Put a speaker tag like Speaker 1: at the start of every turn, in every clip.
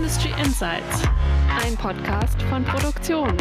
Speaker 1: Industry Insights, ein Podcast von Produktion.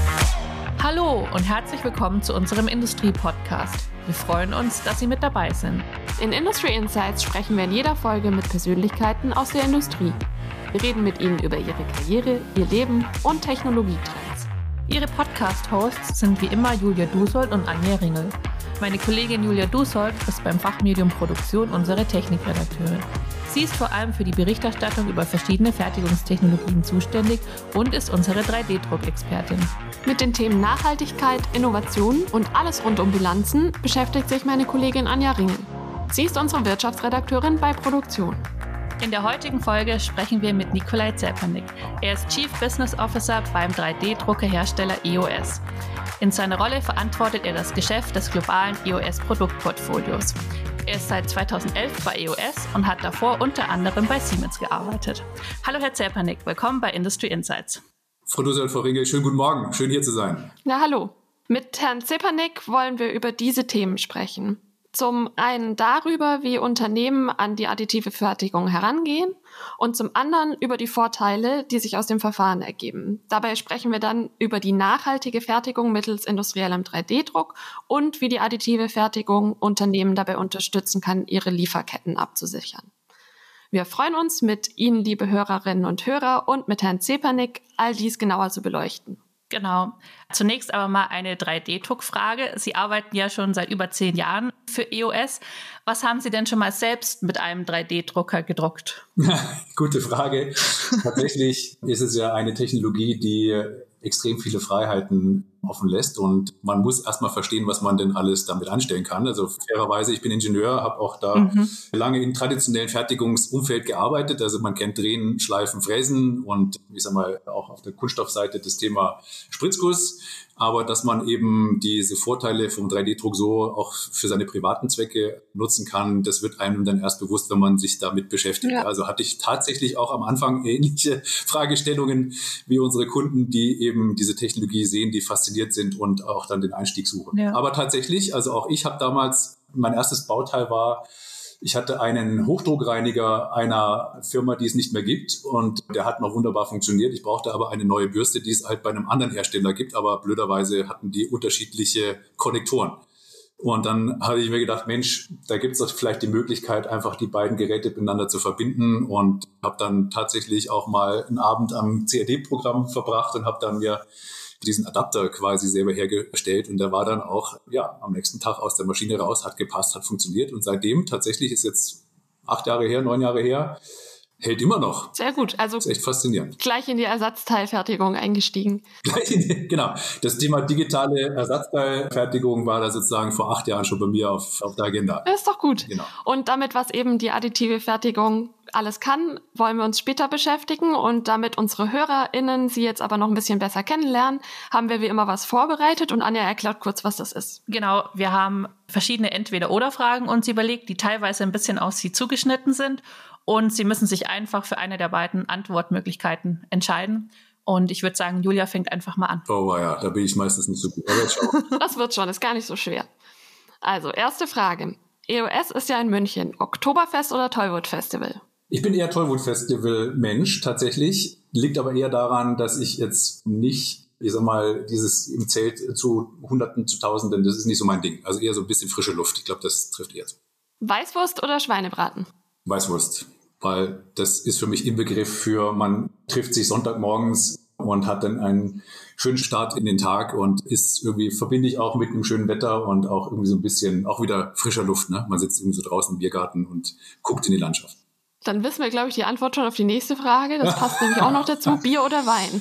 Speaker 2: Hallo und herzlich willkommen zu unserem Industrie-Podcast. Wir freuen uns, dass Sie mit dabei sind.
Speaker 1: In Industry Insights sprechen wir in jeder Folge mit Persönlichkeiten aus der Industrie. Wir reden mit ihnen über ihre Karriere, ihr Leben und Technologietrends.
Speaker 2: Ihre Podcast-Hosts sind wie immer Julia Dusold und Anja Ringel. Meine Kollegin Julia Dusold ist beim Fachmedium Produktion unsere Technikredakteurin. Sie ist vor allem für die Berichterstattung über verschiedene Fertigungstechnologien zuständig und ist unsere 3D-Druckexpertin.
Speaker 1: Mit den Themen Nachhaltigkeit, Innovation und alles rund um Bilanzen beschäftigt sich meine Kollegin Anja Ringel. Sie ist unsere Wirtschaftsredakteurin bei Produktion.
Speaker 2: In der heutigen Folge sprechen wir mit Nikolai Zepernik. Er ist Chief Business Officer beim 3D-Druckerhersteller EOS. In seiner Rolle verantwortet er das Geschäft des globalen EOS-Produktportfolios. Er ist seit 2011 bei EOS und hat davor unter anderem bei Siemens gearbeitet. Hallo Herr Zepernik, willkommen bei Industry Insights.
Speaker 3: Frau Dusold, Frau Ringel, schönen guten Morgen, schön hier zu sein.
Speaker 1: Ja, hallo. Mit Herrn Zepernik wollen wir über diese Themen sprechen. Zum einen darüber, wie Unternehmen an die additive Fertigung herangehen und zum anderen über die Vorteile, die sich aus dem Verfahren ergeben. Dabei sprechen wir dann über die nachhaltige Fertigung mittels industriellem 3D-Druck und wie die additive Fertigung Unternehmen dabei unterstützen kann, ihre Lieferketten abzusichern. Wir freuen uns, mit Ihnen, liebe Hörerinnen und Hörer, und mit Herrn Zepernik all dies genauer zu beleuchten.
Speaker 2: Genau. Zunächst aber mal eine 3D-Druckfrage. Sie arbeiten ja schon seit über 10 Jahren für EOS. Was haben Sie denn schon mal selbst mit einem 3D-Drucker gedruckt?
Speaker 3: Gute Frage. Tatsächlich ist es ja eine Technologie, die extrem viele Freiheiten offen lässt und man muss erstmal verstehen, was man denn alles damit anstellen kann. Also fairerweise, ich bin Ingenieur, habe auch da lange im traditionellen Fertigungsumfeld gearbeitet. Also man kennt Drehen, Schleifen, Fräsen und ich sag mal auch auf der Kunststoffseite das Thema Spritzguss. Aber dass man eben diese Vorteile vom 3D-Druck so auch für seine privaten Zwecke nutzen kann, das wird einem dann erst bewusst, wenn man sich damit beschäftigt. Ja. Also hatte ich tatsächlich auch am Anfang ähnliche Fragestellungen wie unsere Kunden, die eben diese Technologie sehen, die fasziniert sind und auch dann den Einstieg suchen. Ja. Aber tatsächlich, also auch ich habe damals, mein erstes Bauteil war, ich hatte einen Hochdruckreiniger einer Firma, die es nicht mehr gibt und der hat noch wunderbar funktioniert. Ich brauchte aber eine neue Bürste, die es halt bei einem anderen Hersteller gibt, aber blöderweise hatten die unterschiedliche Konnektoren. Und dann habe ich mir gedacht, Mensch, da gibt es doch vielleicht die Möglichkeit, einfach die beiden Geräte miteinander zu verbinden und habe dann tatsächlich auch mal einen Abend am CAD-Programm verbracht und habe dann mir diesen Adapter quasi selber hergestellt und der war dann auch am nächsten Tag aus der Maschine raus, hat gepasst, hat funktioniert und seitdem tatsächlich ist jetzt 8 Jahre her, 9 Jahre her, hält immer noch.
Speaker 1: Sehr gut, also
Speaker 3: ist echt faszinierend.
Speaker 1: Gleich in die Ersatzteilfertigung eingestiegen.
Speaker 3: Genau, das Thema digitale Ersatzteilfertigung war da sozusagen vor 8 Jahren schon bei mir auf der Agenda.
Speaker 1: Das ist doch gut.
Speaker 3: Genau.
Speaker 1: Und damit, was eben die additive Fertigung alles kann, wollen wir uns später beschäftigen und damit unsere HörerInnen Sie jetzt aber noch ein bisschen besser kennenlernen, haben wir wie immer was vorbereitet und Anja erklärt kurz, was das ist.
Speaker 2: Genau, wir haben verschiedene Entweder-Oder-Fragen uns überlegt, die teilweise ein bisschen auf Sie zugeschnitten sind und Sie müssen sich einfach für eine der beiden Antwortmöglichkeiten entscheiden. Und ich würde sagen, Julia fängt einfach mal an.
Speaker 3: Oh ja, da bin ich meistens nicht so gut.
Speaker 1: Das wird schon, ist gar nicht so schwer. Also, erste Frage. EOS ist ja in München. Oktoberfest oder Tollwood Festival?
Speaker 3: Ich bin eher Tollwood-Festival-Mensch tatsächlich, liegt aber eher daran, dass ich jetzt nicht, ich sag mal, dieses im Zelt zu Hunderten, zu Tausenden, das ist nicht so mein Ding. Also eher so ein bisschen frische Luft. Ich glaube, das trifft eher zu.
Speaker 1: Weißwurst oder Schweinebraten?
Speaker 3: Weißwurst, weil das ist für mich Inbegriff für, man trifft sich Sonntagmorgens und hat dann einen schönen Start in den Tag und ist irgendwie, verbinde ich auch mit einem schönen Wetter und auch irgendwie so ein bisschen, auch wieder frischer Luft, ne? Man sitzt irgendwie so draußen im Biergarten und guckt in die Landschaft.
Speaker 1: Dann wissen wir, glaube ich, die Antwort schon auf die nächste Frage. Das passt nämlich auch noch dazu. Bier oder Wein?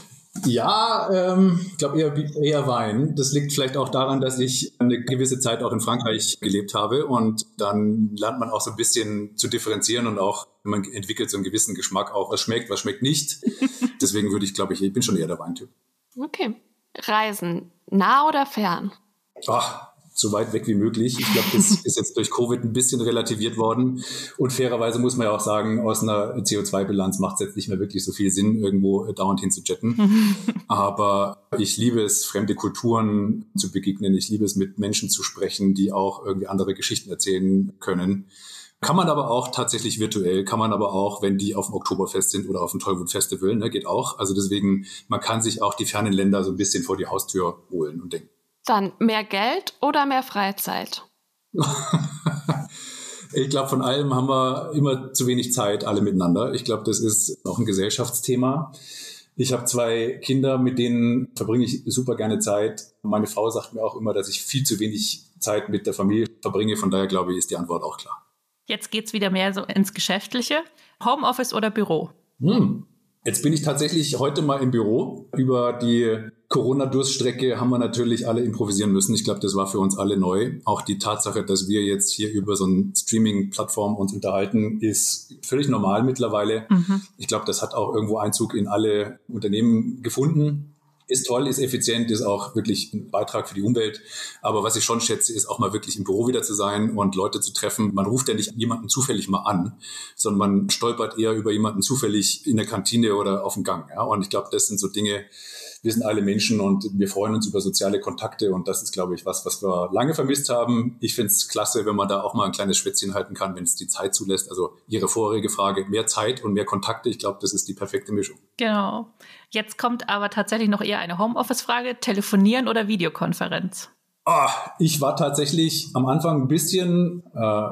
Speaker 3: Ja, ich glaube eher Wein. Das liegt vielleicht auch daran, dass ich eine gewisse Zeit auch in Frankreich gelebt habe und dann lernt man auch so ein bisschen zu differenzieren und auch man entwickelt so einen gewissen Geschmack auch, was schmeckt nicht. Deswegen würde ich, glaube ich bin schon eher der Weintyp.
Speaker 1: Okay. Reisen, nah oder fern?
Speaker 3: So weit weg wie möglich. Ich glaube, das ist jetzt durch Covid ein bisschen relativiert worden. Und fairerweise muss man ja auch sagen, aus einer CO2-Bilanz macht es jetzt nicht mehr wirklich so viel Sinn, irgendwo dauernd hinzujetten. Aber ich liebe es, fremde Kulturen zu begegnen. Ich liebe es, mit Menschen zu sprechen, die auch irgendwie andere Geschichten erzählen können. Kann man aber auch tatsächlich virtuell, kann man aber auch, wenn die auf dem Oktoberfest sind oder auf dem Tollwood-Festival, ne, geht auch. Also deswegen, man kann sich auch die fernen Länder so ein bisschen vor die Haustür holen und denken.
Speaker 1: Dann mehr Geld oder mehr Freizeit?
Speaker 3: Ich glaube, von allem haben wir immer zu wenig Zeit, alle miteinander. Ich glaube, das ist auch ein Gesellschaftsthema. Ich habe 2 Kinder, mit denen verbringe ich super gerne Zeit. Meine Frau sagt mir auch immer, dass ich viel zu wenig Zeit mit der Familie verbringe. Von daher, glaube ich, ist die Antwort auch klar.
Speaker 2: Jetzt geht's wieder mehr so ins Geschäftliche. Homeoffice oder Büro?
Speaker 3: Jetzt bin ich tatsächlich heute mal im Büro. Über die Corona-Durststrecke haben wir natürlich alle improvisieren müssen. Ich glaube, das war für uns alle neu. Auch die Tatsache, dass wir jetzt hier über so eine Streaming-Plattform uns unterhalten, ist völlig normal mittlerweile. Ich glaube, das hat auch irgendwo Einzug in alle Unternehmen gefunden. Ist toll, ist effizient, ist auch wirklich ein Beitrag für die Umwelt. Aber was ich schon schätze, ist auch mal wirklich im Büro wieder zu sein und Leute zu treffen. Man ruft ja nicht jemanden zufällig mal an, sondern man stolpert eher über jemanden zufällig in der Kantine oder auf dem Gang. Ja? Und ich glaube, das sind so Dinge, wir sind alle Menschen und wir freuen uns über soziale Kontakte. Und das ist, glaube ich, was wir lange vermisst haben. Ich finde es klasse, wenn man da auch mal ein kleines Schwätzchen halten kann, wenn es die Zeit zulässt. Also Ihre vorherige Frage, mehr Zeit und mehr Kontakte. Ich glaube, das ist die perfekte Mischung.
Speaker 2: Genau. Jetzt kommt aber tatsächlich noch eher eine Homeoffice-Frage. Telefonieren oder Videokonferenz?
Speaker 3: Ich war tatsächlich am Anfang ein bisschen,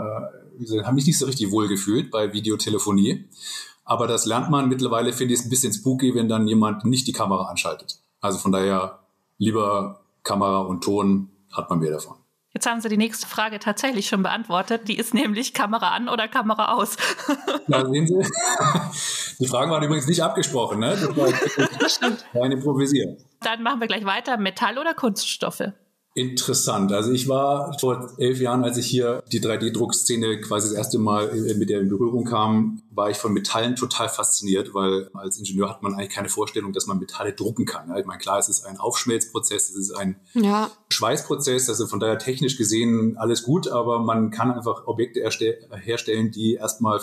Speaker 3: habe mich nicht so richtig wohl gefühlt bei Videotelefonie. Aber das lernt man. Mittlerweile finde ich es ein bisschen spooky, wenn dann jemand nicht die Kamera anschaltet. Also von daher lieber Kamera und Ton, hat man mehr davon.
Speaker 2: Jetzt haben Sie die nächste Frage tatsächlich schon beantwortet. Die ist nämlich Kamera an oder Kamera aus.
Speaker 3: Ja, sehen Sie. Die Fragen waren übrigens nicht abgesprochen, ne? Das war rein improvisiert.
Speaker 2: Dann machen wir gleich weiter. Metall oder Kunststoffe?
Speaker 3: Interessant. Also ich war vor 11 Jahren, als ich hier die 3D-Druckszene quasi das erste Mal mit der in Berührung kam, war ich von Metallen total fasziniert, weil als Ingenieur hat man eigentlich keine Vorstellung, dass man Metalle drucken kann. Ich meine, klar, es ist ein Aufschmelzprozess, es ist ein Schweißprozess, also von daher technisch gesehen alles gut, aber man kann einfach Objekte herstellen, die erstmal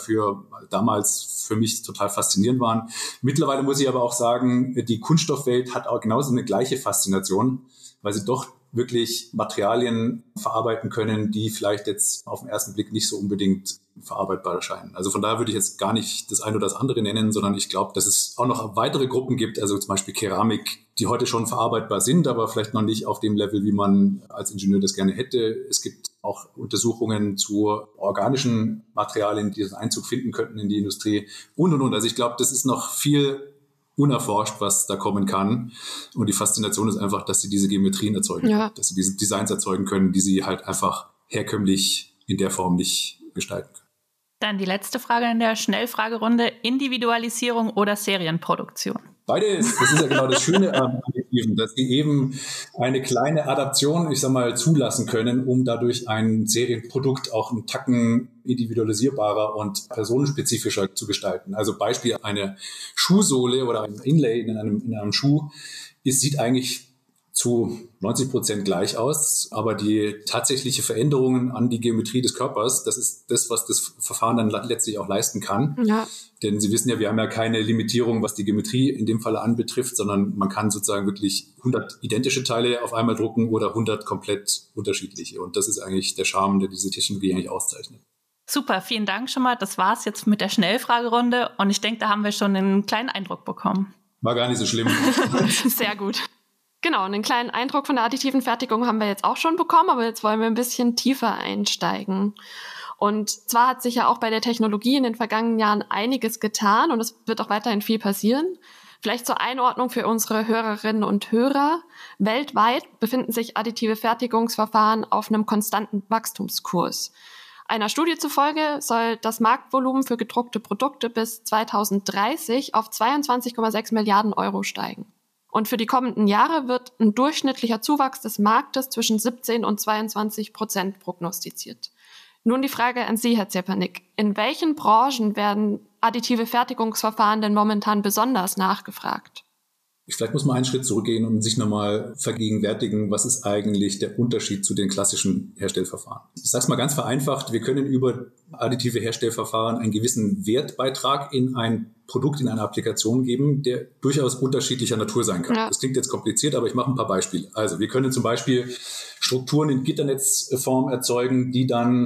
Speaker 3: damals für mich total faszinierend waren. Mittlerweile muss ich aber auch sagen, die Kunststoffwelt hat auch genauso eine gleiche Faszination, weil sie doch wirklich Materialien verarbeiten können, die vielleicht jetzt auf den ersten Blick nicht so unbedingt verarbeitbar erscheinen. Also von daher würde ich jetzt gar nicht das eine oder das andere nennen, sondern ich glaube, dass es auch noch weitere Gruppen gibt, also zum Beispiel Keramik, die heute schon verarbeitbar sind, aber vielleicht noch nicht auf dem Level, wie man als Ingenieur das gerne hätte. Es gibt auch Untersuchungen zu organischen Materialien, die einen Einzug finden könnten in die Industrie und. Also ich glaube, das ist noch viel unerforscht, was da kommen kann. Und die Faszination ist einfach, dass sie diese Geometrien erzeugen, dass sie diese Designs erzeugen können, die sie halt einfach herkömmlich in der Form nicht gestalten können.
Speaker 2: Dann die letzte Frage in der Schnellfragerunde. Individualisierung oder Serienproduktion?
Speaker 3: Beides. Das ist ja genau das Schöne an Additiven, dass die eben eine kleine Adaption, ich sag mal, zulassen können, um dadurch ein Serienprodukt auch einen Tacken individualisierbarer und personenspezifischer zu gestalten. Also Beispiel, eine Schuhsohle oder ein Inlay in einem Schuh, sieht eigentlich zu 90% gleich aus, aber die tatsächliche Veränderungen an die Geometrie des Körpers, das ist das, was das Verfahren dann letztlich auch leisten kann. Ja. Denn Sie wissen ja, wir haben ja keine Limitierung, was die Geometrie in dem Falle anbetrifft, sondern man kann sozusagen wirklich 100 identische Teile auf einmal drucken oder 100 komplett unterschiedliche. Und das ist eigentlich der Charme, der diese Technologie eigentlich auszeichnet.
Speaker 2: Super, vielen Dank schon mal. Das war's jetzt mit der Schnellfragerunde und ich denke, da haben wir schon einen kleinen Eindruck bekommen.
Speaker 3: War gar nicht so schlimm.
Speaker 1: Sehr gut. Genau, einen kleinen Eindruck von der additiven Fertigung haben wir jetzt auch schon bekommen, aber jetzt wollen wir ein bisschen tiefer einsteigen. Und zwar hat sich ja auch bei der Technologie in den vergangenen Jahren einiges getan und es wird auch weiterhin viel passieren. Vielleicht zur Einordnung für unsere Hörerinnen und Hörer. Weltweit befinden sich additive Fertigungsverfahren auf einem konstanten Wachstumskurs. Einer Studie zufolge soll das Marktvolumen für gedruckte Produkte bis 2030 auf 22,6 Milliarden Euro steigen. Und für die kommenden Jahre wird ein durchschnittlicher Zuwachs des Marktes zwischen 17% und 22% prognostiziert. Nun die Frage an Sie, Herr Zepanik. In welchen Branchen werden additive Fertigungsverfahren denn momentan besonders nachgefragt?
Speaker 3: Vielleicht muss man einen Schritt zurückgehen und sich nochmal vergegenwärtigen, was ist eigentlich der Unterschied zu den klassischen Herstellverfahren. Ich sage es mal ganz vereinfacht, wir können über additive Herstellverfahren einen gewissen Wertbeitrag in ein Produkt, in eine Applikation geben, der durchaus unterschiedlicher Natur sein kann. Ja. Das klingt jetzt kompliziert, aber ich mache ein paar Beispiele. Also wir können zum Beispiel Strukturen in Gitternetzform erzeugen, die dann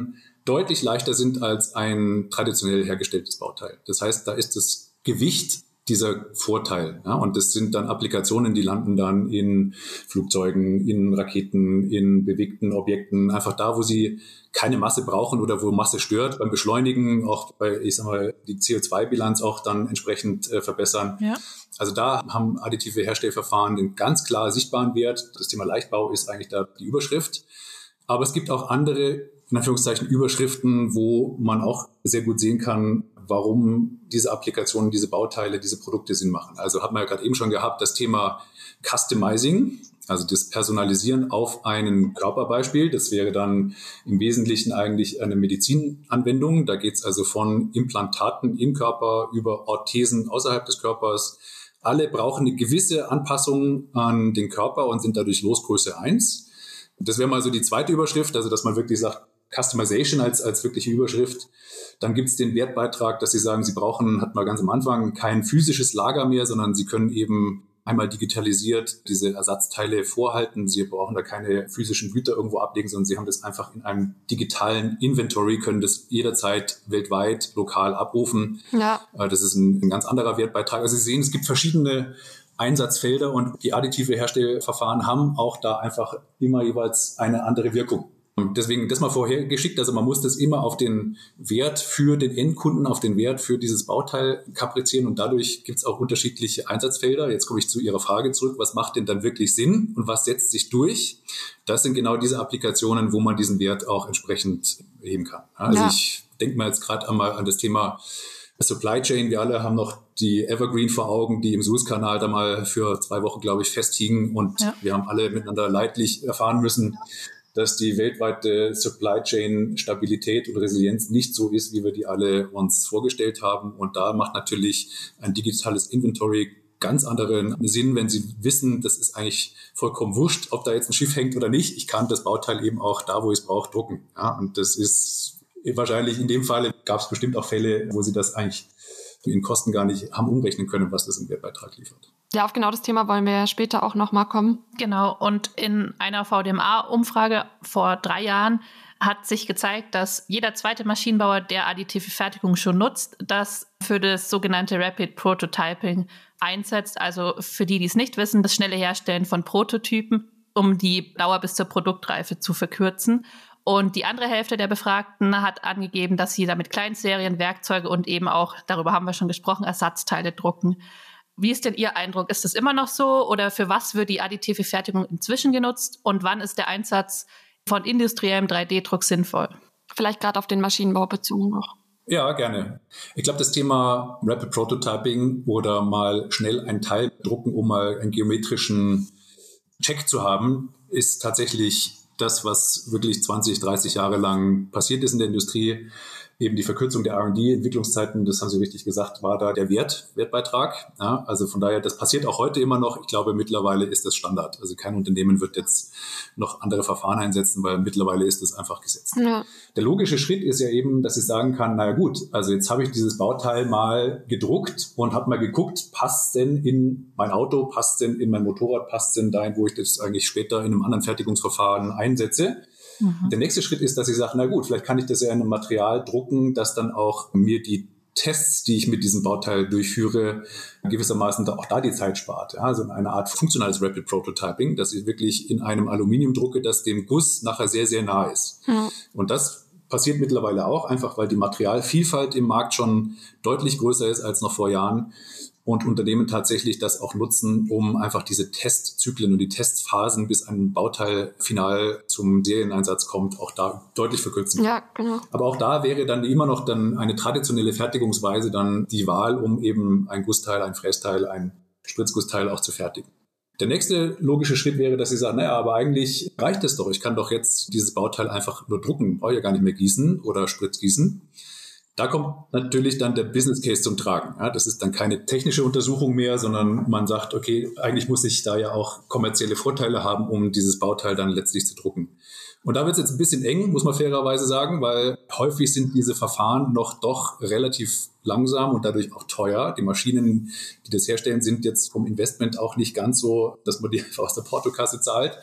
Speaker 3: deutlich leichter sind als ein traditionell hergestelltes Bauteil. Das heißt, da ist das Gewicht dieser Vorteil. Ja, und das sind dann Applikationen, die landen dann in Flugzeugen, in Raketen, in bewegten Objekten, einfach da, wo sie keine Masse brauchen oder wo Masse stört, beim Beschleunigen, auch bei, ich sag mal, die CO2-Bilanz auch dann entsprechend verbessern. Ja. Also da haben additive Herstellverfahren einen ganz klar sichtbaren Wert. Das Thema Leichtbau ist eigentlich da die Überschrift. Aber es gibt auch andere, in Anführungszeichen, Überschriften, wo man auch sehr gut sehen kann, warum diese Applikationen, diese Bauteile, diese Produkte Sinn machen. Also hat man ja gerade eben schon gehabt, das Thema Customizing, also das Personalisieren auf einen Körperbeispiel. Das wäre dann im Wesentlichen eigentlich eine Medizinanwendung. Da geht es also von Implantaten im Körper über Orthesen außerhalb des Körpers. Alle brauchen eine gewisse Anpassung an den Körper und sind dadurch Losgröße 1. Das wäre mal so die zweite Überschrift, also dass man wirklich sagt, Customization als wirkliche Überschrift. Dann gibt es den Wertbeitrag, dass Sie sagen, Sie brauchen, hat man ganz am Anfang, kein physisches Lager mehr, sondern Sie können eben einmal digitalisiert diese Ersatzteile vorhalten. Sie brauchen da keine physischen Güter irgendwo ablegen, sondern Sie haben das einfach in einem digitalen Inventory, können das jederzeit weltweit lokal abrufen. Ja. Das ist ein ganz anderer Wertbeitrag. Also Sie sehen, es gibt verschiedene Einsatzfelder und die additive Herstellverfahren haben auch da einfach immer jeweils eine andere Wirkung. Und deswegen das mal vorher geschickt, also man muss das immer auf den Wert für den Endkunden, auf den Wert für dieses Bauteil kaprizieren und dadurch gibt es auch unterschiedliche Einsatzfelder. Jetzt komme ich zu Ihrer Frage zurück, was macht denn dann wirklich Sinn und was setzt sich durch? Das sind genau diese Applikationen, wo man diesen Wert auch entsprechend heben kann. Also ich denke mal jetzt gerade einmal an das Thema Supply Chain. Wir alle haben noch die Evergreen vor Augen, die im Suezkanal da mal für 2 Wochen, glaube ich, festhingen und wir haben alle miteinander leidlich erfahren müssen, dass die weltweite Supply Chain Stabilität und Resilienz nicht so ist, wie wir die alle uns vorgestellt haben. Und da macht natürlich ein digitales Inventory ganz anderen Sinn, wenn Sie wissen, das ist eigentlich vollkommen wurscht, ob da jetzt ein Schiff hängt oder nicht. Ich kann das Bauteil eben auch da, wo ich es brauche, drucken. Ja, und das ist wahrscheinlich in dem Fall, gab es bestimmt auch Fälle, wo Sie das eigentlich in Kosten gar nicht haben umrechnen können, was das im Wertbeitrag liefert.
Speaker 1: Ja, auf genau das Thema wollen wir ja später auch nochmal kommen.
Speaker 2: Genau, und in einer VDMA-Umfrage vor 3 Jahren hat sich gezeigt, dass jeder zweite Maschinenbauer, der additive Fertigung schon nutzt, das für das sogenannte Rapid Prototyping einsetzt. Also für die, die es nicht wissen, das schnelle Herstellen von Prototypen, um die Dauer bis zur Produktreife zu verkürzen. Und die andere Hälfte der Befragten hat angegeben, dass sie damit Kleinserien, Werkzeuge und eben auch, darüber haben wir schon gesprochen, Ersatzteile drucken. Wie ist denn Ihr Eindruck? Ist das immer noch so oder für was wird die additive Fertigung inzwischen genutzt und wann ist der Einsatz von industriellem 3D-Druck sinnvoll?
Speaker 1: Vielleicht gerade auf den Maschinenbau bezogen noch.
Speaker 3: Ja, gerne. Ich glaube, das Thema Rapid Prototyping oder mal schnell ein Teil drucken, um mal einen geometrischen Check zu haben, ist tatsächlich das, was wirklich 20, 30 Jahre lang passiert ist in der Industrie. Eben die Verkürzung der R&D-Entwicklungszeiten, das haben Sie richtig gesagt, war da der Wertbeitrag. Ja, also von daher, das passiert auch heute immer noch. Ich glaube, mittlerweile ist das Standard. Also kein Unternehmen wird jetzt noch andere Verfahren einsetzen, weil mittlerweile ist das einfach gesetzt. Ja. Der logische Schritt ist ja eben, dass ich sagen kann, naja gut, also jetzt habe ich dieses Bauteil mal gedruckt und habe mal geguckt, passt denn in mein Auto, passt denn in mein Motorrad, passt denn dahin, wo ich das eigentlich später in einem anderen Fertigungsverfahren einsetze. Der nächste Schritt ist, dass ich sage, na gut, vielleicht kann ich das ja in einem Material drucken, das dann auch mir die Tests, die ich mit diesem Bauteil durchführe, gewissermaßen auch da die Zeit spart. Ja, also eine Art funktionales Rapid Prototyping, dass ich wirklich in einem Aluminium drucke, das dem Guss nachher sehr, sehr nah ist. Ja. Und das passiert mittlerweile auch, einfach weil die Materialvielfalt im Markt schon deutlich größer ist als noch vor Jahren. Und Unternehmen tatsächlich das auch nutzen, um einfach diese Testzyklen und die Testphasen, bis ein Bauteil final zum Serieneinsatz kommt, auch da deutlich verkürzen.
Speaker 1: Ja, genau.
Speaker 3: Aber auch da wäre dann immer noch dann eine traditionelle Fertigungsweise dann die Wahl, um eben ein Gussteil, ein Frästeil, ein Spritzgussteil auch zu fertigen. Der nächste logische Schritt wäre, dass Sie sagen, naja, aber eigentlich reicht es doch. Ich kann doch jetzt dieses Bauteil einfach nur drucken, brauche ja gar nicht mehr gießen oder Spritzgießen. Da kommt natürlich dann der Business Case zum Tragen. Ja, das ist dann keine technische Untersuchung mehr, sondern man sagt, okay, eigentlich muss ich da ja auch kommerzielle Vorteile haben, um dieses Bauteil dann letztlich zu drucken. Und da wird es jetzt ein bisschen eng, muss man fairerweise sagen, weil häufig sind diese Verfahren noch doch relativ langsam und dadurch auch teuer. Die Maschinen, die das herstellen, sind jetzt vom Investment auch nicht ganz so, dass man die einfach aus der Portokasse zahlt.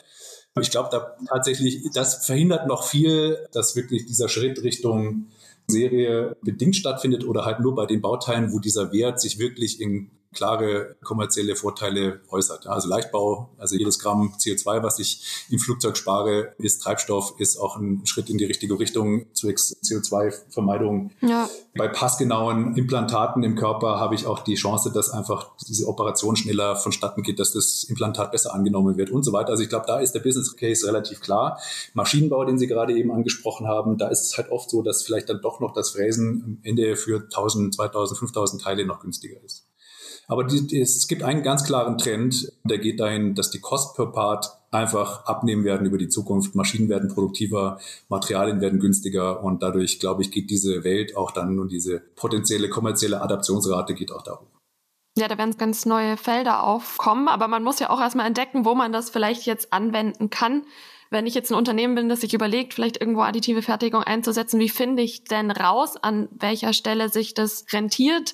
Speaker 3: Ich glaube, da tatsächlich, das verhindert noch viel, dass wirklich dieser Schritt Richtung Serie bedingt stattfindet oder halt nur bei den Bauteilen, wo dieser Wert sich wirklich in klare kommerzielle Vorteile äußert. Also Leichtbau, also jedes Gramm CO2, was ich im Flugzeug spare, ist Treibstoff, ist auch ein Schritt in die richtige Richtung zur CO2-Vermeidung.
Speaker 1: Ja.
Speaker 3: Bei passgenauen Implantaten im Körper habe ich auch die Chance, dass einfach diese Operation schneller vonstatten geht, dass das Implantat besser angenommen wird und so weiter. Also ich glaube, da ist der Business Case relativ klar. Maschinenbau, den Sie gerade eben angesprochen haben, da ist es halt oft so, dass vielleicht dann doch noch das Fräsen am Ende für 1000, 2000, 5000 Teile noch günstiger ist. Aber es gibt einen ganz klaren Trend, der geht dahin, dass die Cost per Part einfach abnehmen werden über die Zukunft. Maschinen werden produktiver, Materialien werden günstiger und dadurch, glaube ich, geht diese Welt auch dann und diese potenzielle kommerzielle Adaptionsrate geht auch da hoch.
Speaker 1: Ja, da werden ganz neue Felder aufkommen, aber man muss ja auch erstmal entdecken, wo man das vielleicht jetzt anwenden kann. Wenn ich jetzt ein Unternehmen bin, das sich überlegt, vielleicht irgendwo additive Fertigung einzusetzen, wie finde ich denn raus, an welcher Stelle sich das rentiert?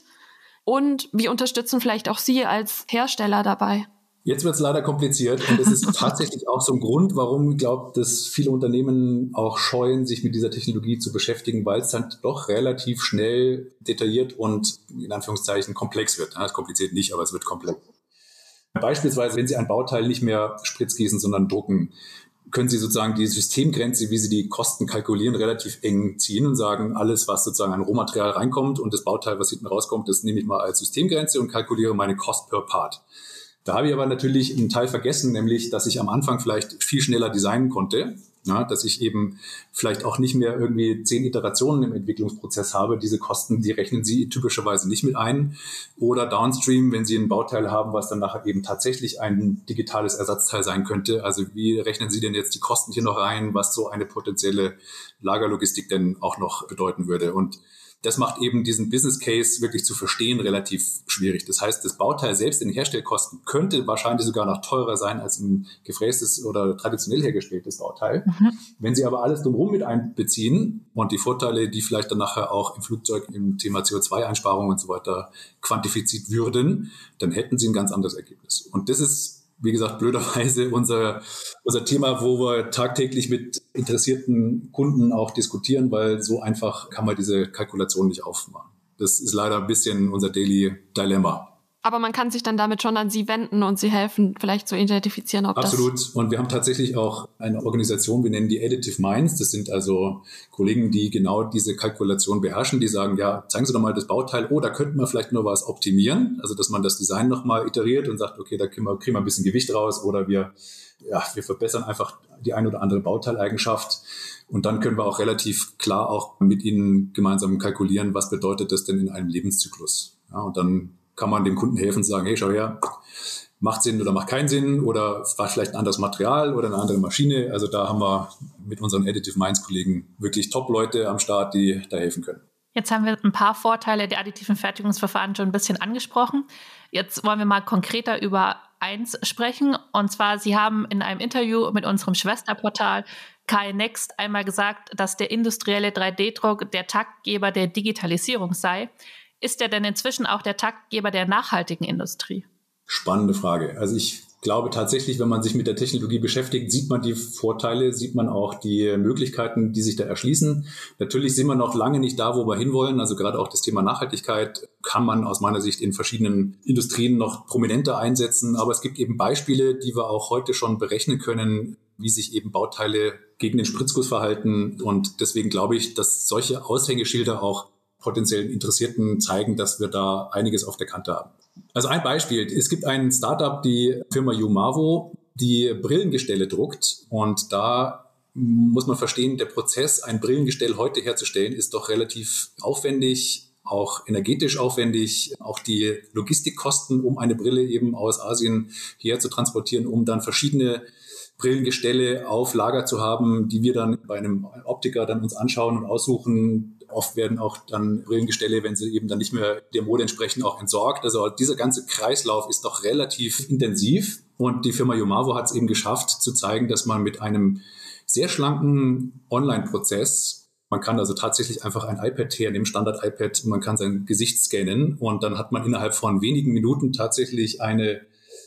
Speaker 1: Und wie unterstützen vielleicht auch Sie als Hersteller dabei?
Speaker 3: Jetzt wird es leider kompliziert und es ist tatsächlich auch so ein Grund, warum ich glaube, dass viele Unternehmen auch scheuen, sich mit dieser Technologie zu beschäftigen, weil es dann doch relativ schnell detailliert und in Anführungszeichen komplex wird. Es kompliziert nicht, aber es wird komplex. Beispielsweise, wenn Sie ein Bauteil nicht mehr spritzgießen, sondern drucken, können Sie sozusagen die Systemgrenze, wie Sie die Kosten kalkulieren, relativ eng ziehen und sagen, alles, was sozusagen an Rohmaterial reinkommt und das Bauteil, was hinten rauskommt, das nehme ich mal als Systemgrenze und kalkuliere meine Cost per Part. Da habe ich aber natürlich einen Teil vergessen, nämlich, dass ich am Anfang vielleicht viel schneller designen konnte, ja, dass ich eben vielleicht auch nicht mehr irgendwie 10 Iterationen im Entwicklungsprozess habe. Diese Kosten, die rechnen Sie typischerweise nicht mit ein. Oder downstream, wenn Sie ein Bauteil haben, was dann nachher eben tatsächlich ein digitales Ersatzteil sein könnte. Also wie rechnen Sie denn jetzt die Kosten hier noch rein, was so eine potenzielle Lagerlogistik denn auch noch bedeuten würde? Und das macht eben diesen Business Case wirklich zu verstehen relativ schwierig. Das heißt, das Bauteil selbst in den Herstellkosten könnte wahrscheinlich sogar noch teurer sein als ein gefrästes oder traditionell hergestelltes Bauteil. Wenn Sie aber alles drumherum mit einbeziehen und die Vorteile, die vielleicht dann nachher auch im Flugzeug im Thema CO2-Einsparung und so weiter quantifiziert würden, dann hätten Sie ein ganz anderes Ergebnis. Und das ist, wie gesagt, blöderweise unser Thema, wo wir tagtäglich mit interessierten Kunden auch diskutieren, weil so einfach kann man diese Kalkulation nicht aufmachen. Das ist leider ein bisschen unser Daily Dilemma.
Speaker 1: Aber man kann sich dann damit schon an Sie wenden und Sie helfen, vielleicht zu identifizieren, ob
Speaker 3: Absolut. Das... Und wir haben tatsächlich auch eine Organisation, wir nennen die Additive Minds. Das sind also Kollegen, die genau diese Kalkulation beherrschen. Die sagen, ja, zeigen Sie doch mal das Bauteil. Oh, da könnten wir vielleicht nur was optimieren. Also, dass man das Design nochmal iteriert und sagt, okay, da kriegen wir ein bisschen Gewicht raus oder wir verbessern einfach die ein oder andere Bauteileigenschaft. Und dann können wir auch relativ klar auch mit Ihnen gemeinsam kalkulieren, was bedeutet das denn in einem Lebenszyklus. Ja, und dann kann man dem Kunden helfen und sagen, hey, schau her, macht Sinn oder macht keinen Sinn oder war vielleicht ein anderes Material oder eine andere Maschine. Also da haben wir mit unseren Additive Minds Kollegen wirklich Top-Leute am Start, die da helfen können.
Speaker 2: Jetzt haben wir ein paar Vorteile der additiven Fertigungsverfahren schon ein bisschen angesprochen. Jetzt wollen wir mal konkreter über eins sprechen. Und zwar, Sie haben in einem Interview mit unserem Schwesterportal KaiNext einmal gesagt, dass der industrielle 3D-Druck der Taktgeber der Digitalisierung sei. Ist er denn inzwischen auch der Taktgeber der nachhaltigen Industrie?
Speaker 3: Spannende Frage. Also ich glaube tatsächlich, wenn man sich mit der Technologie beschäftigt, sieht man die Vorteile, sieht man auch die Möglichkeiten, die sich da erschließen. Natürlich sind wir noch lange nicht da, wo wir hinwollen. Also gerade auch das Thema Nachhaltigkeit kann man aus meiner Sicht in verschiedenen Industrien noch prominenter einsetzen. Aber es gibt eben Beispiele, die wir auch heute schon berechnen können, wie sich eben Bauteile gegen den Spritzguss verhalten. Und deswegen glaube ich, dass solche Aushängeschilder auch potenziellen Interessierten zeigen, dass wir da einiges auf der Kante haben. Also ein Beispiel, es gibt ein Startup, die Firma Umavo, die Brillengestelle druckt und da muss man verstehen, der Prozess, ein Brillengestell heute herzustellen, ist doch relativ aufwendig, auch energetisch aufwendig, auch die Logistikkosten, um eine Brille eben aus Asien hierher zu transportieren, um dann verschiedene Brillengestelle auf Lager zu haben, die wir dann bei einem Optiker dann uns anschauen und aussuchen. Oft werden auch dann Brillengestelle, wenn sie eben dann nicht mehr der Mode entsprechen, auch entsorgt. Also dieser ganze Kreislauf ist doch relativ intensiv. Und die Firma Umavo hat es eben geschafft, zu zeigen, dass man mit einem sehr schlanken Online-Prozess, man kann also tatsächlich einfach ein iPad hernehmen, Standard-iPad, man kann sein Gesicht scannen und dann hat man innerhalb von wenigen Minuten tatsächlich eine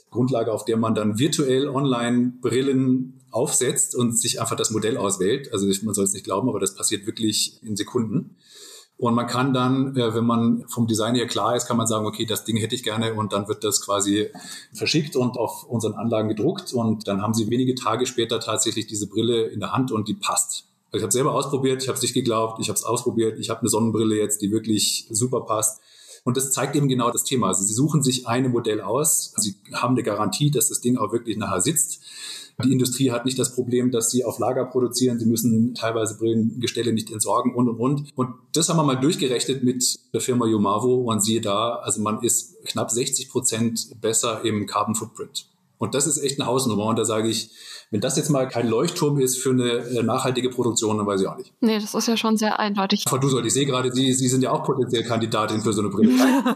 Speaker 3: Grundlage, auf der man dann virtuell online Brillen aufsetzt und sich einfach das Modell auswählt. Also man soll es nicht glauben, aber das passiert wirklich in Sekunden. Und man kann dann, wenn man vom Design her klar ist, kann man sagen, okay, das Ding hätte ich gerne, und dann wird das quasi verschickt und auf unseren Anlagen gedruckt, und dann haben Sie wenige Tage später tatsächlich diese Brille in der Hand und die passt. Also ich habe es selber ausprobiert, ich habe es nicht geglaubt, ich habe es ausprobiert, ich habe eine Sonnenbrille jetzt, die wirklich super passt. Und das zeigt eben genau das Thema. Also Sie suchen sich ein Modell aus, Sie haben eine Garantie, dass das Ding auch wirklich nachher sitzt. Die Industrie hat nicht das Problem, dass sie auf Lager produzieren. Sie müssen teilweise Brillengestelle nicht entsorgen und. Und das haben wir mal durchgerechnet mit der Firma Umavo, und siehe da, also man ist knapp 60% besser im Carbon Footprint. Und das ist echt eine Hausnummer. Und da sage ich, wenn das jetzt mal kein Leuchtturm ist für eine nachhaltige Produktion, dann weiß ich auch nicht.
Speaker 1: Nee, das ist ja schon sehr eindeutig.
Speaker 3: Frau Dusold, ich sehe gerade, Sie sind ja auch potenziell Kandidatin für so eine Brille.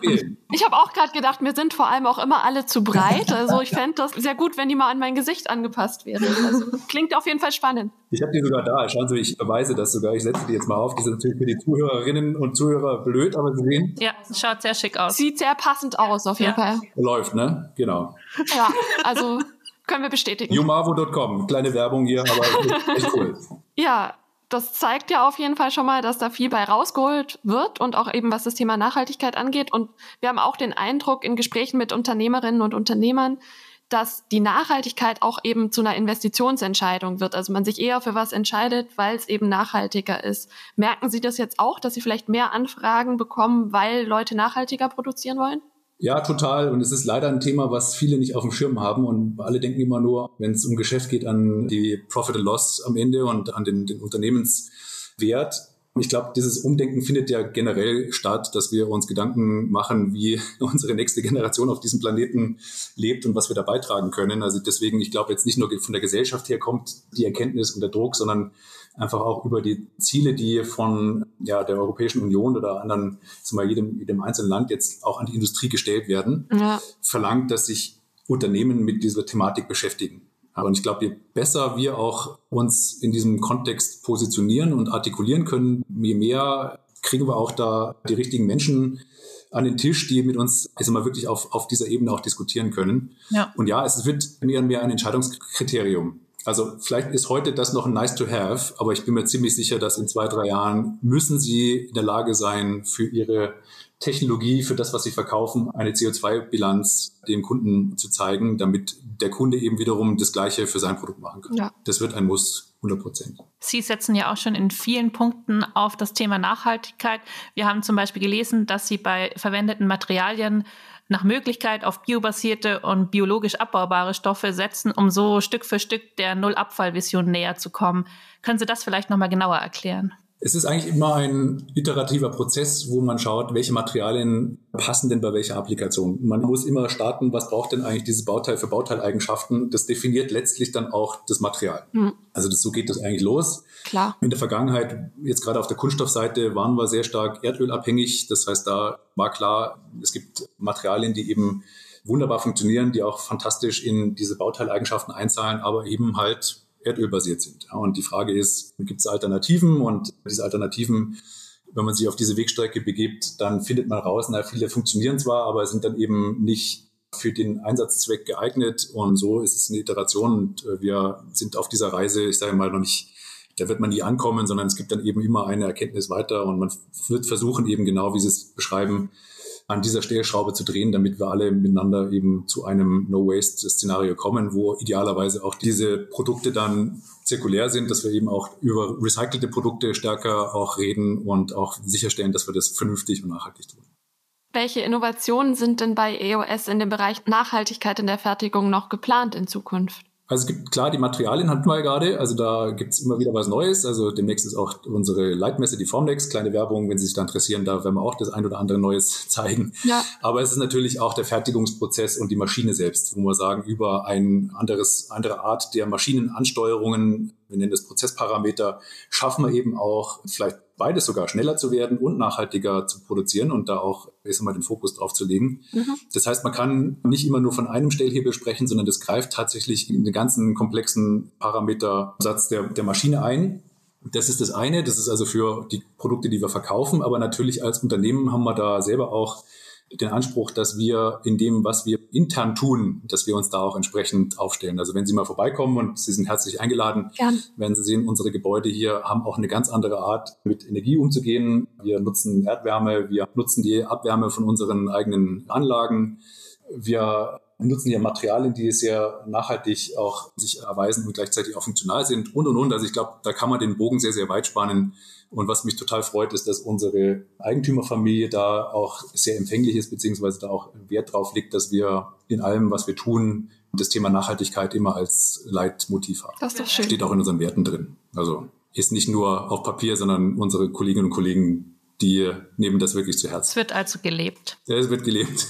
Speaker 1: Ich habe auch gerade gedacht, mir sind vor allem auch immer alle zu breit. Also ich fände das sehr gut, wenn die mal an mein Gesicht angepasst wären. Also klingt auf jeden Fall spannend.
Speaker 3: Ich habe die sogar da. Schauen Sie, ich beweise das sogar. Ich setze die jetzt mal auf. Die sind natürlich für die Zuhörerinnen und Zuhörer blöd, aber Sie sehen.
Speaker 2: Ja, schaut sehr schick aus.
Speaker 1: Sieht sehr passend aus, auf jeden Fall.
Speaker 3: Läuft, ne? Genau.
Speaker 1: Ja, also können wir bestätigen.
Speaker 3: Umavo.com, kleine Werbung hier, aber echt cool.
Speaker 1: Ja, das zeigt ja auf jeden Fall schon mal, dass da viel bei rausgeholt wird, und auch eben, was das Thema Nachhaltigkeit angeht. Und wir haben auch den Eindruck in Gesprächen mit Unternehmerinnen und Unternehmern, dass die Nachhaltigkeit auch eben zu einer Investitionsentscheidung wird. Also man sich eher für was entscheidet, weil es eben nachhaltiger ist. Merken Sie das jetzt auch, dass Sie vielleicht mehr Anfragen bekommen, weil Leute nachhaltiger produzieren wollen?
Speaker 3: Ja, total. Und es ist leider ein Thema, was viele nicht auf dem Schirm haben. Und alle denken immer nur, wenn es um Geschäft geht, an die Profit and Loss am Ende und an den Unternehmenswert. Ich glaube, dieses Umdenken findet ja generell statt, dass wir uns Gedanken machen, wie unsere nächste Generation auf diesem Planeten lebt und was wir da beitragen können. Also deswegen, ich glaube jetzt nicht nur von der Gesellschaft her kommt die Erkenntnis und der Druck, sondern einfach auch über die Ziele, die von der Europäischen Union oder anderen, zumal jedem einzelnen Land jetzt auch an die Industrie gestellt werden, verlangt, dass sich Unternehmen mit dieser Thematik beschäftigen. Und ich glaube, je besser wir auch uns in diesem Kontext positionieren und artikulieren können, je mehr kriegen wir auch da die richtigen Menschen an den Tisch, die mit uns wirklich auf dieser Ebene auch diskutieren können. Ja. Und ja, es wird mehr und mehr ein Entscheidungskriterium. Also vielleicht ist heute das noch ein nice to have, aber ich bin mir ziemlich sicher, dass in 2-3 Jahren müssen Sie in der Lage sein, für Ihre Technologie, für das, was Sie verkaufen, eine CO2-Bilanz dem Kunden zu zeigen, damit der Kunde eben wiederum das Gleiche für sein Produkt machen kann. Ja. Das wird ein Muss, 100%.
Speaker 2: Sie setzen ja auch schon in vielen Punkten auf das Thema Nachhaltigkeit. Wir haben zum Beispiel gelesen, dass Sie bei verwendeten Materialien nach Möglichkeit auf biobasierte und biologisch abbaubare Stoffe setzen, um so Stück für Stück der Null-Abfall-Vision näher zu kommen. Können Sie das vielleicht nochmal genauer erklären?
Speaker 3: Es ist eigentlich immer ein iterativer Prozess, wo man schaut, welche Materialien passen denn bei welcher Applikation. Man muss immer starten, was braucht denn eigentlich dieses Bauteil für Bauteileigenschaften. Das definiert letztlich dann auch das Material. Also so geht das eigentlich los.
Speaker 1: Klar.
Speaker 3: In der Vergangenheit, jetzt gerade auf der Kunststoffseite, waren wir sehr stark erdölabhängig. Das heißt, da war klar, es gibt Materialien, die eben wunderbar funktionieren, die auch fantastisch in diese Bauteileigenschaften einzahlen, aber eben halt erdölbasiert sind. Und die Frage ist, gibt es Alternativen? Und diese Alternativen, wenn man sich auf diese Wegstrecke begibt, dann findet man raus, viele funktionieren zwar, aber sind dann eben nicht für den Einsatzzweck geeignet. Und so ist es eine Iteration. Und wir sind auf dieser Reise, ich sage mal, noch nicht, da wird man nie ankommen, sondern es gibt dann eben immer eine Erkenntnis weiter. Und man wird versuchen, eben genau, wie Sie es beschreiben, an dieser Stellschraube zu drehen, damit wir alle miteinander eben zu einem No-Waste-Szenario kommen, wo idealerweise auch diese Produkte dann zirkulär sind, dass wir eben auch über recycelte Produkte stärker auch reden und auch sicherstellen, dass wir das vernünftig und nachhaltig tun.
Speaker 1: Welche Innovationen sind denn bei EOS in dem Bereich Nachhaltigkeit in der Fertigung noch geplant in Zukunft?
Speaker 3: Also es gibt klar, die Materialien hatten wir ja gerade, also da gibt's immer wieder was Neues, also demnächst ist auch unsere Leitmesse, die Formnext, kleine Werbung, wenn Sie sich da interessieren, da werden wir auch das ein oder andere Neues zeigen. Ja. Aber es ist natürlich auch der Fertigungsprozess und die Maschine selbst, wo wir sagen, über andere Art der Maschinenansteuerungen, wir nennen das Prozessparameter, schaffen wir eben auch vielleicht beides sogar schneller zu werden und nachhaltiger zu produzieren und da auch den Fokus drauf zu legen. Das heißt, man kann nicht immer nur von einem Stellhebel sprechen, sondern das greift tatsächlich in den ganzen komplexen Parametersatz der Maschine ein. Das ist das eine, das ist also für die Produkte, die wir verkaufen, aber natürlich als Unternehmen haben wir da selber auch den Anspruch, dass wir in dem, was wir intern tun, dass wir uns da auch entsprechend aufstellen. Also wenn Sie mal vorbeikommen und Sie sind herzlich eingeladen, werden Sie sehen, unsere Gebäude hier haben auch eine ganz andere Art, mit Energie umzugehen. Wir nutzen Erdwärme, wir nutzen die Abwärme von unseren eigenen Anlagen. Wir nutzen hier Materialien, die sehr nachhaltig auch sich erweisen und gleichzeitig auch funktional sind und. Also ich glaube, da kann man den Bogen sehr, sehr weit spannen. Und was mich total freut, ist, dass unsere Eigentümerfamilie da auch sehr empfänglich ist, beziehungsweise da auch Wert drauf legt, dass wir in allem, was wir tun, das Thema Nachhaltigkeit immer als Leitmotiv haben.
Speaker 1: Das ist doch schön.
Speaker 3: Steht auch in unseren Werten drin. Also ist nicht nur auf Papier, sondern unsere Kolleginnen und Kollegen, die nehmen das wirklich zu Herzen.
Speaker 2: Es wird also gelebt.
Speaker 3: Ja, es wird gelebt.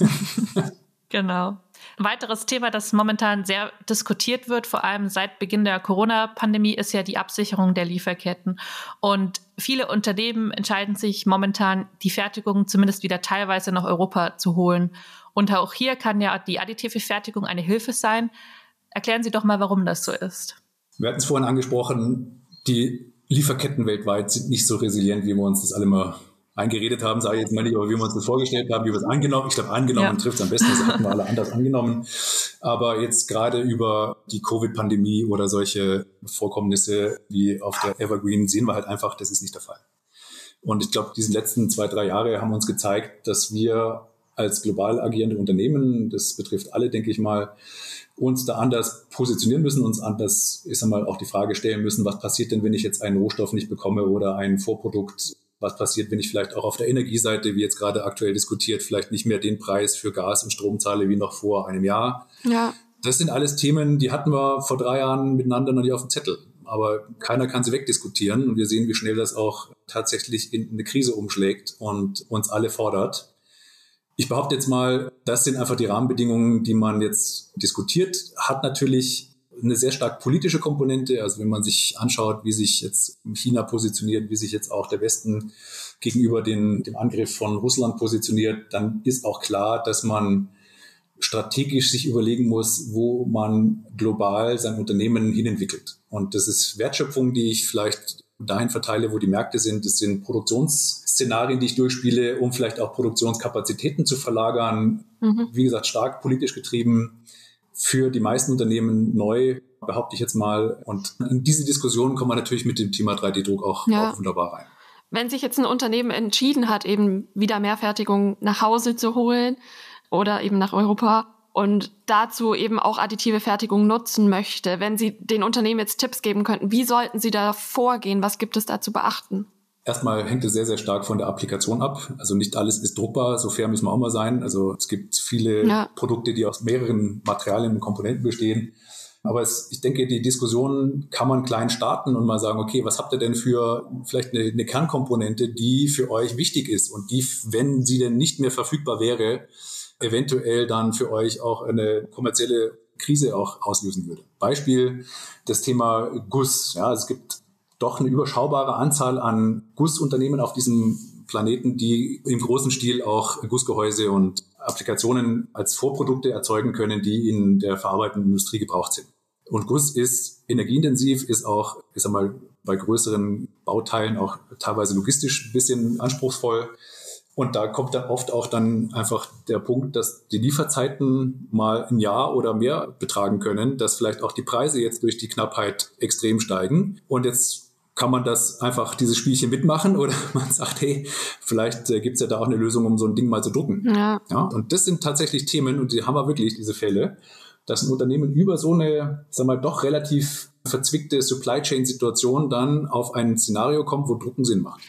Speaker 2: Genau. Ein weiteres Thema, das momentan sehr diskutiert wird, vor allem seit Beginn der Corona-Pandemie, ist ja die Absicherung der Lieferketten. Und viele Unternehmen entscheiden sich momentan, die Fertigung zumindest wieder teilweise nach Europa zu holen. Und auch hier kann ja die additive Fertigung eine Hilfe sein. Erklären Sie doch mal, warum das so ist. Wir hatten es vorhin angesprochen, die Lieferketten weltweit sind nicht so resilient, wie wir uns das alle mal eingeredet haben, sage ich jetzt mal nicht, aber wie wir uns das vorgestellt haben, wie wir es angenommen. Ich glaube, angenommen trifft es am besten, das hatten wir alle anders angenommen. Aber jetzt gerade über die Covid-Pandemie oder solche Vorkommnisse wie auf der Evergreen sehen wir halt einfach, das ist nicht der Fall. Und ich glaube, diese letzten 2-3 Jahre haben uns gezeigt, dass wir als global agierende Unternehmen, das betrifft alle, denke ich mal, uns da anders positionieren müssen, uns anders, ich sag mal, auch die Frage stellen müssen, was passiert denn, wenn ich jetzt einen Rohstoff nicht bekomme oder ein Vorprodukt. Was passiert, wenn ich vielleicht auch auf der Energieseite, wie jetzt gerade aktuell diskutiert, vielleicht nicht mehr den Preis für Gas und Strom zahle wie noch vor einem Jahr? Ja. Das sind alles Themen, die hatten wir vor 3 Jahren miteinander noch nicht auf dem Zettel. Aber keiner kann sie wegdiskutieren. Und wir sehen, wie schnell das auch tatsächlich in eine Krise umschlägt und uns alle fordert. Ich behaupte jetzt mal, das sind einfach die Rahmenbedingungen, die man jetzt diskutiert. Hat natürlich eine sehr stark politische Komponente. Also wenn man sich anschaut, wie sich jetzt China positioniert, wie sich jetzt auch der Westen gegenüber dem Angriff von Russland positioniert, dann ist auch klar, dass man strategisch sich überlegen muss, wo man global sein Unternehmen hinentwickelt. Und das ist Wertschöpfung, die ich vielleicht dahin verteile, wo die Märkte sind. Das sind Produktionsszenarien, die ich durchspiele, um vielleicht auch Produktionskapazitäten zu verlagern. Wie gesagt, stark politisch getrieben. Für die meisten Unternehmen neu, behaupte ich jetzt mal. Und in diese Diskussion kommen wir natürlich mit dem Thema 3D-Druck auch wunderbar rein.
Speaker 1: Wenn sich jetzt ein Unternehmen entschieden hat, eben wieder Mehrfertigung nach Hause zu holen oder eben nach Europa und dazu eben auch additive Fertigung nutzen möchte, wenn Sie den Unternehmen jetzt Tipps geben könnten, wie sollten Sie da vorgehen? Was gibt es da zu beachten?
Speaker 3: Erstmal hängt es sehr, sehr stark von der Applikation ab. Also nicht alles ist druckbar, so fair müssen wir auch mal sein. Also es gibt viele Produkte, die aus mehreren Materialien und Komponenten bestehen. Aber ich denke, die Diskussion kann man klein starten und mal sagen, okay, was habt ihr denn für vielleicht eine Kernkomponente, die für euch wichtig ist und die, wenn sie denn nicht mehr verfügbar wäre, eventuell dann für euch auch eine kommerzielle Krise auch auslösen würde. Beispiel das Thema Guss. Ja, es gibt doch eine überschaubare Anzahl an Gussunternehmen auf diesem Planeten, die im großen Stil auch Gussgehäuse und Applikationen als Vorprodukte erzeugen können, die in der verarbeitenden Industrie gebraucht sind. Und Guss ist energieintensiv, ist auch, ich sag mal, bei größeren Bauteilen auch teilweise logistisch ein bisschen anspruchsvoll. Und da kommt dann oft auch dann einfach der Punkt, dass die Lieferzeiten mal ein Jahr oder mehr betragen können, dass vielleicht auch die Preise jetzt durch die Knappheit extrem steigen. Und jetzt kann man das einfach, dieses Spielchen mitmachen oder man sagt, hey, vielleicht gibt's ja da auch eine Lösung, um so ein Ding mal zu drucken. Ja, und das sind tatsächlich Themen und die haben wir wirklich, diese Fälle, dass ein Unternehmen über so eine, sag mal, doch relativ verzwickte Supply-Chain-Situation dann auf ein Szenario kommt, wo Drucken Sinn macht.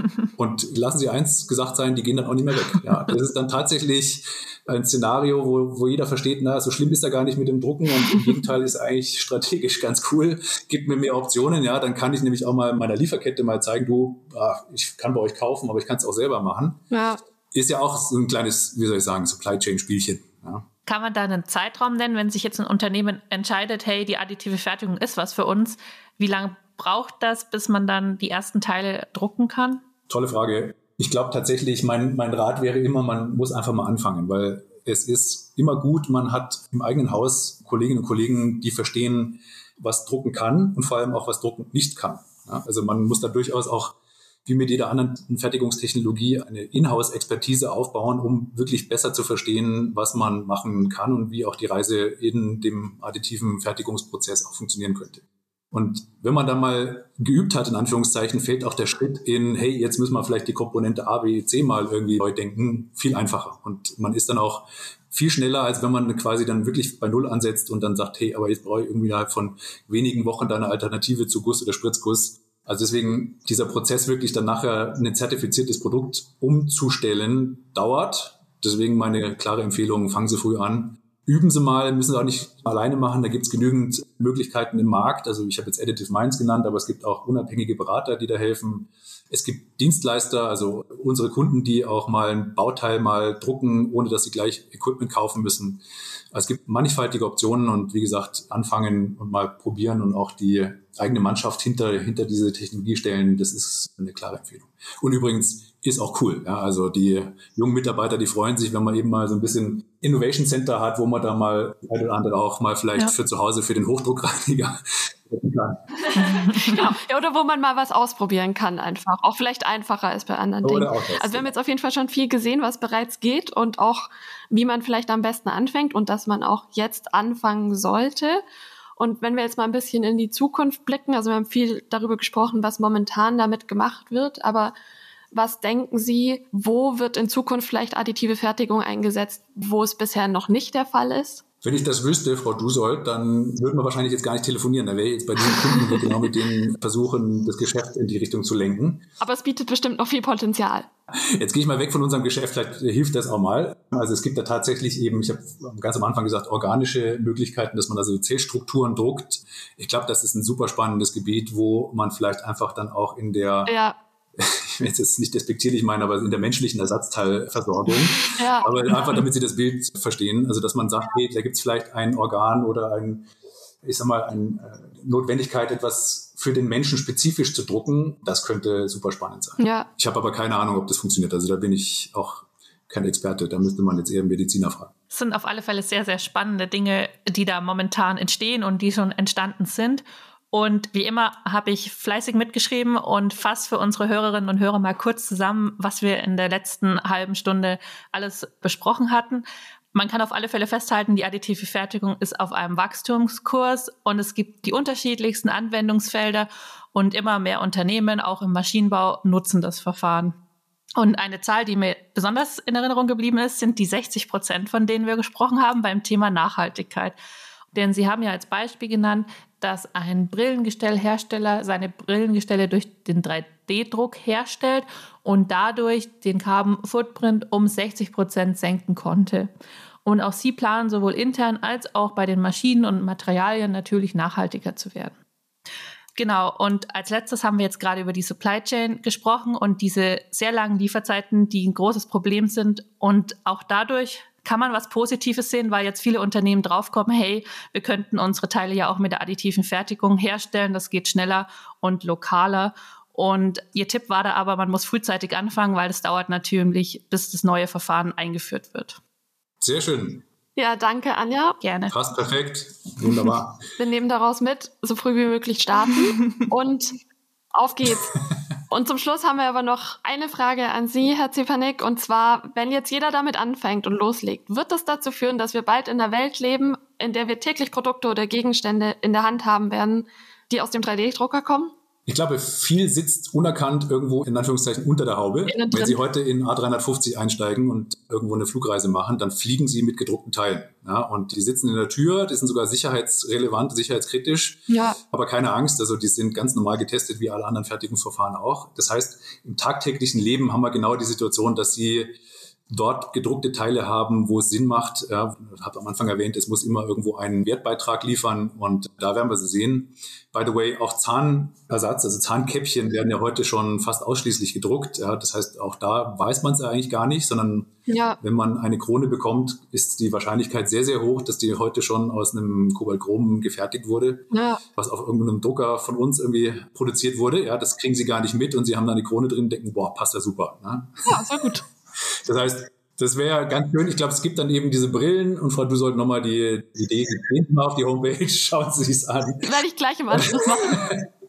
Speaker 3: Und lassen Sie eins gesagt sein, die gehen dann auch nicht mehr weg. Ja, das ist dann tatsächlich ein Szenario, wo jeder versteht, na, so schlimm ist er gar nicht mit dem Drucken und im Gegenteil ist eigentlich strategisch ganz cool, gibt mir mehr Optionen, ja, dann kann ich nämlich auch mal meiner Lieferkette mal zeigen, ich kann bei euch kaufen, aber ich kann es auch selber machen. Ja. Ist ja auch so ein kleines, wie soll ich sagen, Supply-Chain-Spielchen, ja.
Speaker 2: Kann man da einen Zeitraum nennen, wenn sich jetzt ein Unternehmen entscheidet, hey, die additive Fertigung ist was für uns? Wie lange braucht das, bis man dann die ersten Teile drucken kann?
Speaker 3: Tolle Frage. Ich glaube tatsächlich, mein Rat wäre immer, man muss einfach mal anfangen, weil es ist immer gut, man hat im eigenen Haus Kolleginnen und Kollegen, die verstehen, was drucken kann und vor allem auch, was drucken nicht kann. Ja, also man muss da durchaus auch wie mit jeder anderen Fertigungstechnologie eine Inhouse-Expertise aufbauen, um wirklich besser zu verstehen, was man machen kann und wie auch die Reise in dem additiven Fertigungsprozess auch funktionieren könnte. Und wenn man dann mal geübt hat, in Anführungszeichen, fällt auch der Schritt in, hey, jetzt müssen wir vielleicht die Komponente A, B, C mal irgendwie neu denken, viel einfacher. Und man ist dann auch viel schneller, als wenn man quasi dann wirklich bei Null ansetzt und dann sagt, hey, aber jetzt brauche ich irgendwie innerhalb von wenigen Wochen da eine Alternative zu Guss oder Spritzguss. Also deswegen dieser Prozess wirklich dann nachher ein zertifiziertes Produkt umzustellen, dauert. Deswegen meine klare Empfehlung, fangen Sie früh an. Üben Sie mal, müssen Sie auch nicht alleine machen. Da gibt es genügend Möglichkeiten im Markt. Also ich habe jetzt Additive Minds genannt, aber es gibt auch unabhängige Berater, die da helfen. Es gibt Dienstleister, also unsere Kunden, die auch mal ein Bauteil mal drucken, ohne dass sie gleich Equipment kaufen müssen. Also es gibt mannigfaltige Optionen und wie gesagt, anfangen und mal probieren und auch die eigene Mannschaft hinter diese Technologie stellen. Das ist eine klare Empfehlung. Und übrigens ist auch cool. Ja, also die jungen Mitarbeiter, die freuen sich, wenn man eben mal so ein bisschen Innovation Center hat, wo man da mal ein oder andere auch mal vielleicht für zu Hause für den Hochdruckreiniger kann.
Speaker 1: Genau. Ja, oder wo man mal was ausprobieren kann einfach. Auch vielleicht einfacher als bei anderen Dingen. Also wir haben jetzt auf jeden Fall schon viel gesehen, was bereits geht und auch, wie man vielleicht am besten anfängt und dass man auch jetzt anfangen sollte. Und wenn wir jetzt mal ein bisschen in die Zukunft blicken, also wir haben viel darüber gesprochen, was momentan damit gemacht wird, aber was denken Sie, wo wird in Zukunft vielleicht additive Fertigung eingesetzt, wo es bisher noch nicht der Fall ist?
Speaker 3: Wenn ich das wüsste, Frau Dusold, dann würden wir wahrscheinlich jetzt gar nicht telefonieren. Da wäre ich jetzt bei diesen Kunden, die genau mit denen versuchen, das Geschäft in die Richtung zu lenken.
Speaker 1: Aber es bietet bestimmt noch viel Potenzial.
Speaker 3: Jetzt gehe ich mal weg von unserem Geschäft, vielleicht hilft das auch mal. Also es gibt da tatsächlich eben, ich habe ganz am Anfang gesagt, organische Möglichkeiten, dass man also Zellstrukturen druckt. Ich glaube, das ist ein super spannendes Gebiet, wo man vielleicht einfach dann auch in der...
Speaker 1: Ja.
Speaker 3: Ich will jetzt nicht despektierlich meinen, aber in der menschlichen Ersatzteilversorgung. Ja. Aber einfach, damit Sie das Bild verstehen. Also, dass man sagt, hey, da gibt es vielleicht ein Organ oder eine Notwendigkeit, etwas für den Menschen spezifisch zu drucken. Das könnte super spannend sein.
Speaker 1: Ja.
Speaker 3: Ich habe aber keine Ahnung, ob das funktioniert. Also, da bin ich auch kein Experte. Da müsste man jetzt eher einen Mediziner fragen.
Speaker 2: Es sind auf alle Fälle sehr, sehr spannende Dinge, die da momentan entstehen und die schon entstanden sind. Und wie immer habe ich fleißig mitgeschrieben und fasse für unsere Hörerinnen und Hörer mal kurz zusammen, was wir in der letzten halben Stunde alles besprochen hatten. Man kann auf alle Fälle festhalten, die additive Fertigung ist auf einem Wachstumskurs und es gibt die unterschiedlichsten Anwendungsfelder und immer mehr Unternehmen, auch im Maschinenbau, nutzen das Verfahren. Und eine Zahl, die mir besonders in Erinnerung geblieben ist, sind die 60%, von denen wir gesprochen haben beim Thema Nachhaltigkeit. Denn Sie haben ja als Beispiel genannt, dass ein Brillengestellhersteller seine Brillengestelle durch den 3D-Druck herstellt und dadurch den Carbon Footprint um 60% senken konnte. Und auch Sie planen sowohl intern als auch bei den Maschinen und Materialien natürlich nachhaltiger zu werden. Genau, und als letztes haben wir jetzt gerade über die Supply Chain gesprochen und diese sehr langen Lieferzeiten, die ein großes Problem sind. Und auch dadurch kann man was Positives sehen, weil jetzt viele Unternehmen draufkommen, hey, wir könnten unsere Teile ja auch mit der additiven Fertigung herstellen, das geht schneller und lokaler. Und Ihr Tipp war da aber, man muss frühzeitig anfangen, weil es dauert natürlich, bis das neue Verfahren eingeführt wird.
Speaker 3: Sehr schön.
Speaker 1: Ja, danke, Anja.
Speaker 2: Gerne.
Speaker 3: Passt perfekt. Wunderbar.
Speaker 1: Wir nehmen daraus mit, so früh wie möglich starten und auf geht's. Und zum Schluss haben wir aber noch eine Frage an Sie, Herr Zepanik, und zwar, wenn jetzt jeder damit anfängt und loslegt, wird das dazu führen, dass wir bald in einer Welt leben, in der wir täglich Produkte oder Gegenstände in der Hand haben werden, die aus dem 3D-Drucker kommen?
Speaker 3: Ich glaube, viel sitzt unerkannt irgendwo in Anführungszeichen unter der Haube. Wenn Sie heute in A350 einsteigen und irgendwo eine Flugreise machen, dann fliegen Sie mit gedruckten Teilen. Ja, und die sitzen in der Tür, die sind sogar sicherheitsrelevant, sicherheitskritisch. Ja. Aber keine Angst, also die sind ganz normal getestet, wie alle anderen Fertigungsverfahren auch. Das heißt, im tagtäglichen Leben haben wir genau die Situation, dass Sie dort gedruckte Teile haben, wo es Sinn macht. Ja, ich habe am Anfang erwähnt, es muss immer irgendwo einen Wertbeitrag liefern und da werden wir sie sehen. By the way, auch Zahnersatz, also Zahnkäppchen werden ja heute schon fast ausschließlich gedruckt. Ja, das heißt, auch da weiß man es eigentlich gar nicht, sondern wenn man eine Krone bekommt, ist die Wahrscheinlichkeit sehr, sehr hoch, dass die heute schon aus einem Kobaltchrom gefertigt wurde, was auf irgendeinem Drucker von uns irgendwie produziert wurde. Ja, das kriegen sie gar nicht mit und sie haben da eine Krone drin und denken, boah, passt ja super. Ne?
Speaker 1: Ja, sehr gut.
Speaker 3: Das heißt, das wäre ganz schön. Ich glaube, es gibt dann eben diese Brillen und Frau, du solltest nochmal die Idee, gehen mal auf die Homepage, schauen Sie es an.
Speaker 1: Werde ich gleich im Anschluss machen.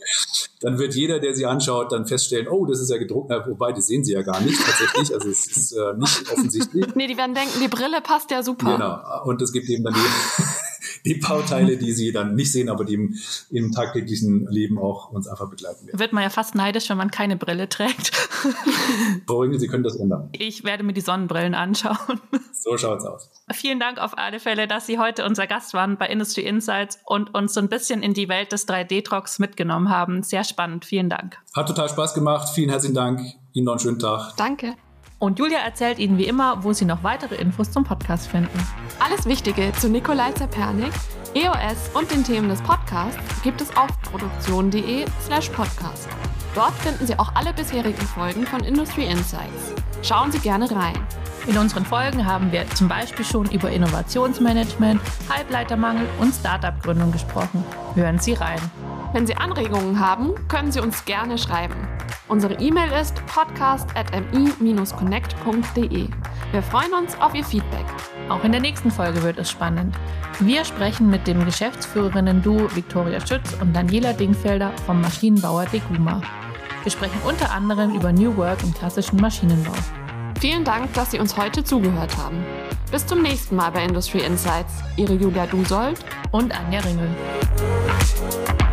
Speaker 3: dann wird jeder, der sie anschaut, dann feststellen, oh, das ist ja gedruckt, wobei, das sehen sie ja gar nicht tatsächlich, also es ist nicht offensichtlich.
Speaker 1: Nee, die werden denken, die Brille passt ja super.
Speaker 3: Genau, und es gibt eben dann die Bauteile, die sie dann nicht sehen, aber die im tagtäglichen Leben auch uns einfach begleiten werden.
Speaker 2: Wird man ja fast neidisch, wenn man keine Brille trägt.
Speaker 3: Beruhigen, Sie können das ändern.
Speaker 2: Ich werde mir die Sonnenbrillen anschauen.
Speaker 3: So schaut's aus.
Speaker 2: Vielen Dank auf alle Fälle, dass Sie heute unser Gast waren bei Industry Insights und uns so ein bisschen in die Welt des 3D-Drucks mitgenommen haben. Sehr spannend. Vielen Dank.
Speaker 3: Hat total Spaß gemacht. Vielen herzlichen Dank. Ihnen noch einen schönen Tag.
Speaker 1: Danke.
Speaker 2: Und Julia erzählt Ihnen wie immer, wo Sie noch weitere Infos zum Podcast finden.
Speaker 1: Alles Wichtige zu Nikolai Zepernik, EOS und den Themen des Podcasts gibt es auf produktion.de/podcast. Dort finden Sie auch alle bisherigen Folgen von Industry Insights. Schauen Sie gerne rein.
Speaker 2: In unseren Folgen haben wir zum Beispiel schon über Innovationsmanagement, Halbleitermangel und Startup-Gründung gesprochen. Hören Sie rein.
Speaker 1: Wenn Sie Anregungen haben, können Sie uns gerne schreiben. Unsere E-Mail ist podcast@mi-connect.de. Wir freuen uns auf Ihr Feedback.
Speaker 2: Auch in der nächsten Folge wird es spannend. Wir sprechen mit dem Geschäftsführerinnen-Duo Viktoria Schütz und Daniela Dingfelder vom Maschinenbauer Deguma. Wir sprechen unter anderem über New Work im klassischen Maschinenbau.
Speaker 1: Vielen Dank, dass Sie uns heute zugehört haben. Bis zum nächsten Mal bei Industry Insights. Ihre Julia Dusold
Speaker 2: und Anja Ringel.